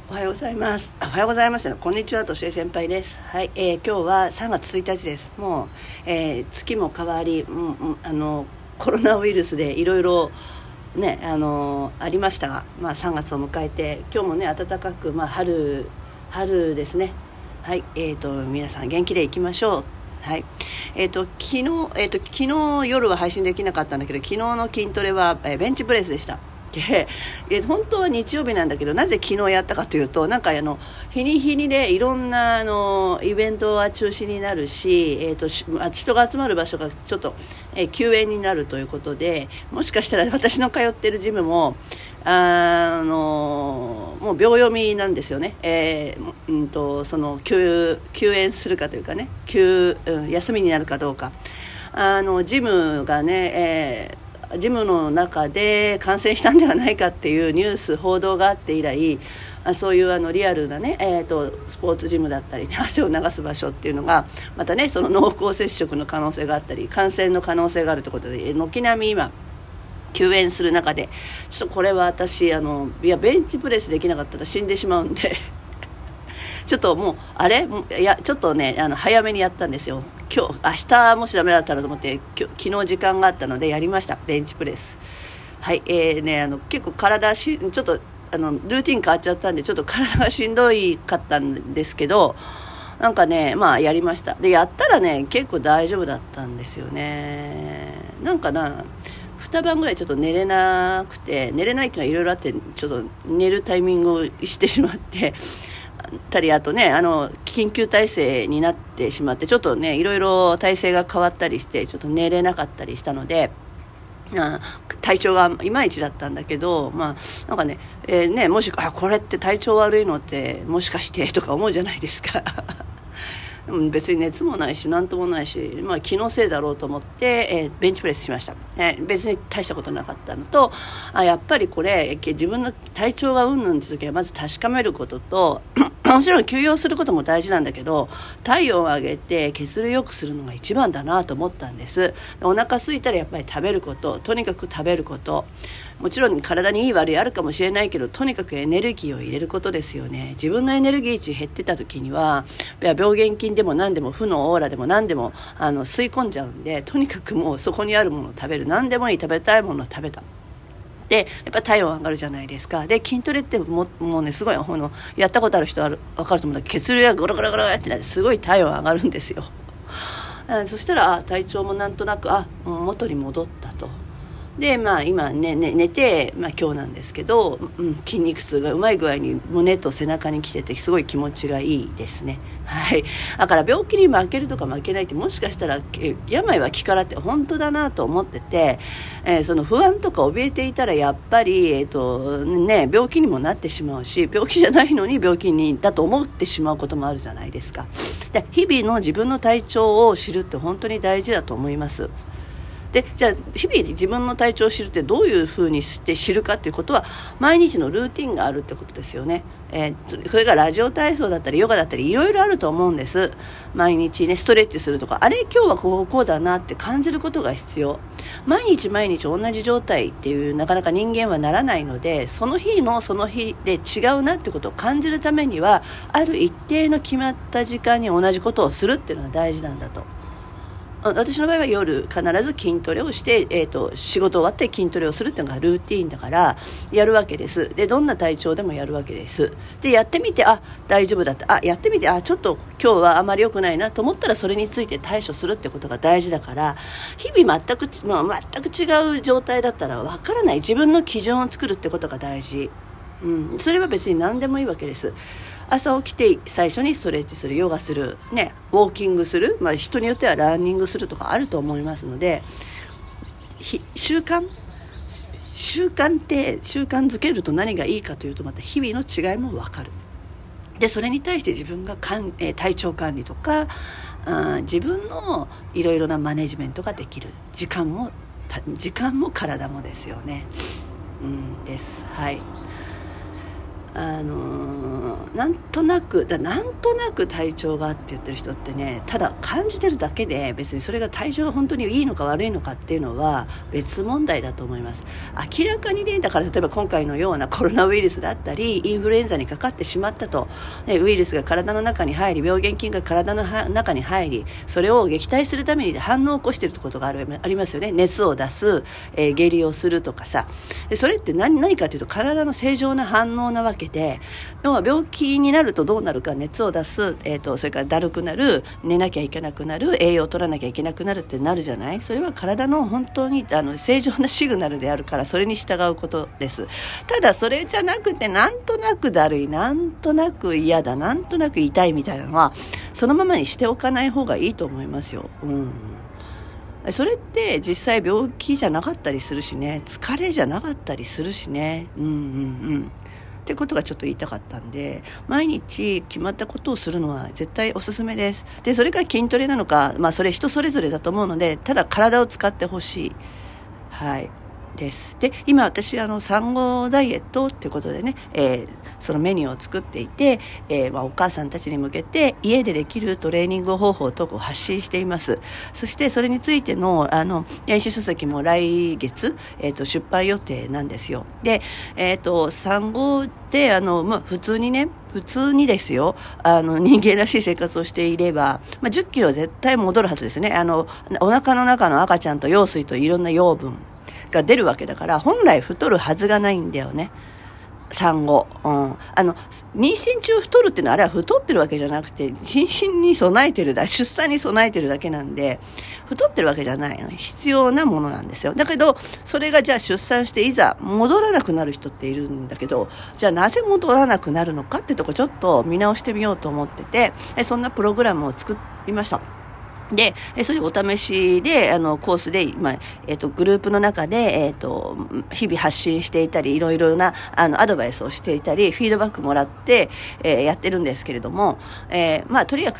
おはようございます。おはようございますのこんにちはとしえ先輩です。はい、今日は3月1日です。もう、月も変わり、コロナウイルスでいろいろね、ありましたが、3月を迎えて今日もね暖かく、春ですね。はい、皆さん元気でいきましょう。はい、昨日夜は配信できなかったんだけど、昨日の筋トレは、ベンチプレスでした。で本当は日曜日なんだけど、なぜ昨日やったかというと、日に日にでいろんなイベントは中止になるし、人が集まる場所がちょっと、休園になるということで、もしかしたら私の通っているジムももう秒読みなんですよね。その休園するかというかね、休みになるかどうか、ジムがね、ジムの中で感染したんではないかっていうニュース報道があって以来、そういうリアルなね、スポーツジムだったり、汗を流す場所っていうのがまたね、その濃厚接触の可能性があったり感染の可能性があるということで、軒並み今休園する中で、ちょっとこれは私ベンチプレスできなかったら死んでしまうんでちょっともうちょっとね早めにやったんですよ。明日もしダメだったらと思って昨日時間があったのでやりました、ベンチプレス。はい、結構ちょっとルーティン変わっちゃったんで、ちょっと体がしんどいかったんですけど、なんかねやりました。でやったらね結構大丈夫だったんですよね。2晩ぐらいちょっと寝れないっていうのはいろいろあって、ちょっと寝るタイミングをしてしまってあとね緊急体制になってしまって、ちょっとねいろいろ体制が変わったりしてちょっと寝れなかったりしたので、体調がいまいちだったんだけど、もしこれって体調悪いのってもしかしてとか思うじゃないですか別に熱もないし何ともないし、気のせいだろうと思って、ベンチプレスしました。別に大したことなかったのと、やっぱりこれ自分の体調がうんぬんって時はまず確かめることともちろん休養することも大事なんだけど、体温を上げて血流良くするのが一番だなと思ったんです。お腹空いたらやっぱり食べること、とにかく食べること、もちろん体にいい悪いあるかもしれないけど、とにかくエネルギーを入れることですよね。自分のエネルギー値減ってた時には病原菌でも何でも負のオーラでも何でも吸い込んじゃうんで、とにかくもうそこにあるものを食べる、何でもいい、食べたいものを食べた。でやっぱ体温上がるじゃないですか。で筋トレってもうねすごいやったことある人は分かると思うんだけど、血流がゴロゴロゴロってなってすごい体温上がるんですよ。そしたら体調もなんとなく元に戻ったと。で今ね寝て、今日なんですけど、筋肉痛がうまい具合に胸と背中に来てて、すごい気持ちがいいですね。はい、だから病気に負けるとか負けないって、もしかしたら病は気からって本当だなと思ってて、その不安とか怯えていたらやっぱり、病気にもなってしまうし、病気じゃないのに病気にだと思ってしまうこともあるじゃないですか。で日々の自分の体調を知るって本当に大事だと思います。でじゃあ日々自分の体調を知るってどういうふうにして知るかっていうことは、毎日のルーティンがあるってことですよね。それがラジオ体操だったりヨガだったりいろいろあると思うんです。毎日ねストレッチするとか、今日はこうだなって感じることが必要。毎日同じ状態っていうなかなか人間はならないので、その日で違うなってことを感じるためには、ある一定の決まった時間に同じことをするっていうのが大事なんだと。私の場合は夜必ず筋トレをして、仕事終わって筋トレをするっていうのがルーティーンだからやるわけです。でどんな体調でもやるわけです。でやってみて大丈夫だった、やってみてちょっと今日はあまり良くないなと思ったらそれについて対処するってことが大事だから、日々全く違う状態だったらわからない、自分の基準を作るってことが大事。それは別に何でもいいわけです。朝起きて最初にストレッチする、ヨガする、ウォーキングする、人によってはランニングするとかあると思いますので、習慣づけると何がいいかというと、また日々の違いも分かる。でそれに対して自分が体調管理とか自分のいろいろなマネジメントができる。時間も体もですよね。です。はい。 なんとなく体調がって言ってる人ってね、ただ感じてるだけで、別にそれが体調が本当にいいのか悪いのかっていうのは別問題だと思います。明らかにね、だから例えば今回のようなコロナウイルスだったりインフルエンザにかかってしまったと、ね、ウイルスが体の中に入り、病原菌が体の中に入り、それを撃退するために反応を起こしていることがありますよね。熱を出す、下痢をするとかさ。でそれって何かというと体の正常な反応なわけで、要は病気になるとどうなるか、熱を出す、それからだるくなる、寝なきゃいけなくなる、栄養を取らなきゃいけなくなるってなるじゃない。それは体の本当に正常なシグナルであるから、それに従うことです。ただそれじゃなくて、なんとなくだるい、なんとなく嫌だ、なんとなく痛いみたいなのはそのままにしておかない方がいいと思いますよ。それって実際病気じゃなかったりするしね、疲れじゃなかったりするしね。ってことがちょっと言いたかったんで、毎日決まったことをするのは絶対おすすめです。で、それが筋トレなのか、それ人それぞれだと思うので、ただ体を使ってほしい。です。で、今私産後ダイエットってことでね、そのメニューを作っていて、お母さんたちに向けて家でできるトレーニング方法等を発信しています。そしてそれについての電子書籍も来月、出版予定なんですよ。で、産後で普通にですよ、人間らしい生活をしていれば、10キロは絶対戻るはずですね。お腹の中の赤ちゃんと羊水といろんな養分が出るわけだから、本来太るはずがないんだよね、産後。妊娠中太るっていうのは、あれは太ってるわけじゃなくて、出産に備えてるだけなんで、太ってるわけじゃないの。必要なものなんですよ。だけどそれがじゃあ出産していざ戻らなくなる人っているんだけど、じゃあなぜ戻らなくなるのかってとこちょっと見直してみようと思ってて、そんなプログラムを作りました。で、それお試しで、コースで、グループの中で、日々発信していたり、いろいろな、アドバイスをしていたり、フィードバックもらって、やってるんですけれども、とにかく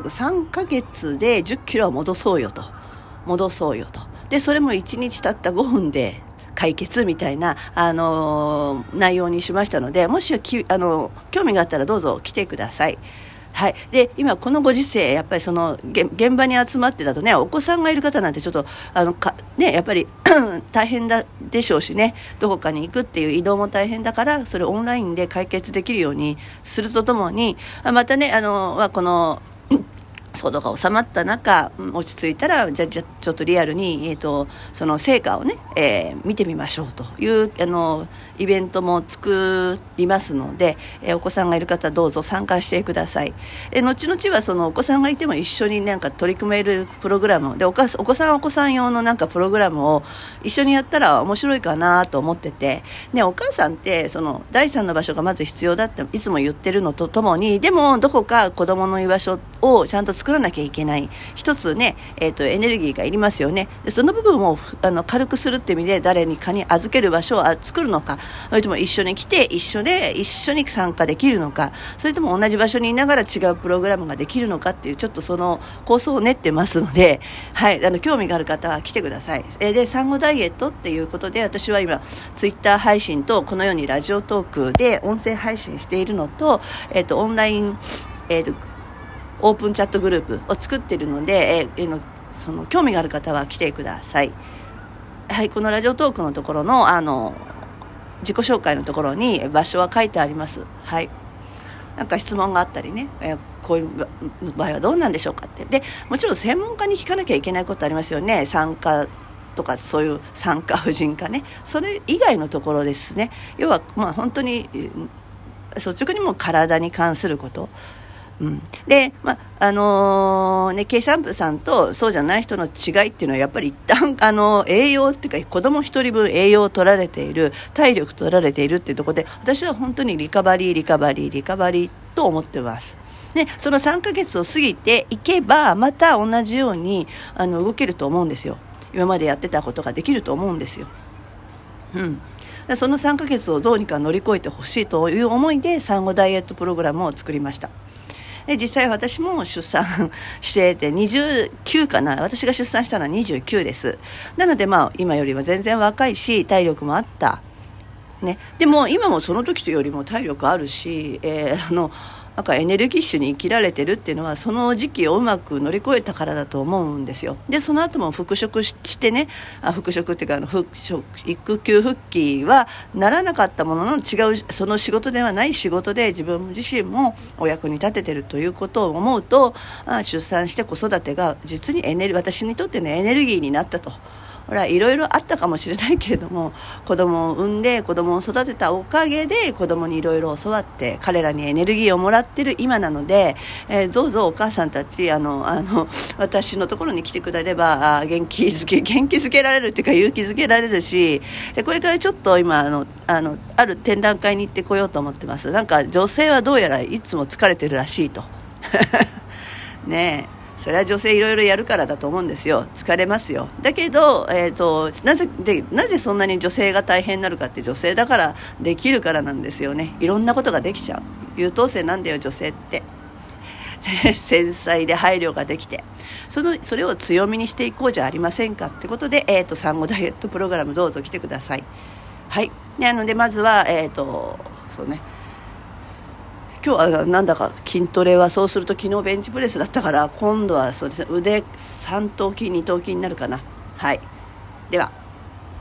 3ヶ月で10キロは戻そうよと。で、それも1日たった5分で、解決みたいな、内容にしましたので、もし興味があったらどうぞ来てください。で、今このご時世、やっぱり現場に集まってだとね、お子さんがいる方なんてちょっと、やっぱり大変だでしょうしね、どこかに行くっていう移動も大変だから、それをオンラインで解決できるようにするとともに、またね、この、騒動が収まった中、落ち着いたら、じゃあちょっとリアルに、その成果をね、見てみましょうという、イベントも作りますので、お子さんがいる方どうぞ参加してください。後々はそのお子さんがいても一緒になんか取り組めるプログラムで、お子さん用のなんかプログラムを一緒にやったら面白いかなと思ってて、ね、お母さんってその第三の場所がまず必要だっていつも言ってるのとともに、でもどこか子供の居場所をちゃんと作らなきゃいけない。一つね、エネルギーがいりますよね。でその部分を軽くするって意味で、誰にかに預ける場所を作るのか、それとも一緒に来て一緒に参加できるのか、それとも同じ場所にいながら違うプログラムができるのかっていう、ちょっとその構想を練ってますので、興味がある方は来てください。で、産後ダイエットっていうことで、私は今ツイッター配信とこのようにラジオトークで音声配信しているのと、オンライン、オープンチャットグループを作っているので、その興味がある方は来てください。このラジオトークのところの自己紹介のところに場所は書いてあります。なんか質問があったりね、こういう場合はどうなんでしょうかって。で、もちろん専門家に聞かなきゃいけないことありますよね。産科とかそういう産科婦人科ね。それ以外のところですね。要は本当に率直にも体に関すること。で、計算部さんとそうじゃない人の違いっていうのは、やっぱり一旦栄養っていうか、子供一人分栄養を取られている、体力取られているっていうところで、私は本当にリカバリーと思ってます。で、その3ヶ月を過ぎていけば、また同じように動けると思うんですよ。今までやってたことができると思うんですよ。その3ヶ月をどうにか乗り越えてほしいという思いで、産後ダイエットプログラムを作りました。で、実際私も出産してて29かな。私が出産したのは29です。なので今よりは全然若いし、体力もあった。 ね、でも今もその時よりも体力あるし、なんかエネルギッシュに生きられてるっていうのはその時期をうまく乗り越えたからだと思うんですよ。でその後も復職してね、復職っていうか育休復帰はならなかったものの、違うその仕事ではない仕事で自分自身もお役に立ててるということを思うと、出産して子育てが実に私にとってのエネルギーになったと。ほらいろいろあったかもしれないけれども、子供を産んで子供を育てたおかげで子供にいろいろ教わって彼らにエネルギーをもらってる今なので、どうぞお母さんたち私のところに来てくれれば元気づけられるっていうか勇気づけられるし、でこれからちょっと今ある展覧会に行ってこようと思ってます。なんか女性はどうやらいつも疲れてるらしいとねえ、それは女性いろいろやるからだと思うんですよ。疲れますよ。だけど、なぜそんなに女性が大変になるかって、女性だからできるからなんですよね。いろんなことができちゃう。優等生なんだよ女性って繊細で配慮ができて、それを強みにしていこうじゃありませんかってことで、産後ダイエットプログラムどうぞ来てください。はい。でまずはそうね、今日はなんだか筋トレは、そうすると昨日ベンチプレスだったから今度はそうですね、腕3頭筋2頭筋になるかな。はい。では。